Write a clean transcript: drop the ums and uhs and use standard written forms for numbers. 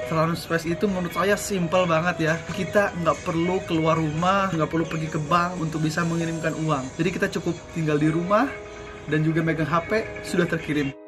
Transferwise itu menurut saya simple banget ya. Kita nggak perlu keluar rumah, nggak perlu pergi ke bank untuk bisa mengirimkan uang. Jadi kita cukup tinggal di rumah dan juga megang HP, sudah terkirim.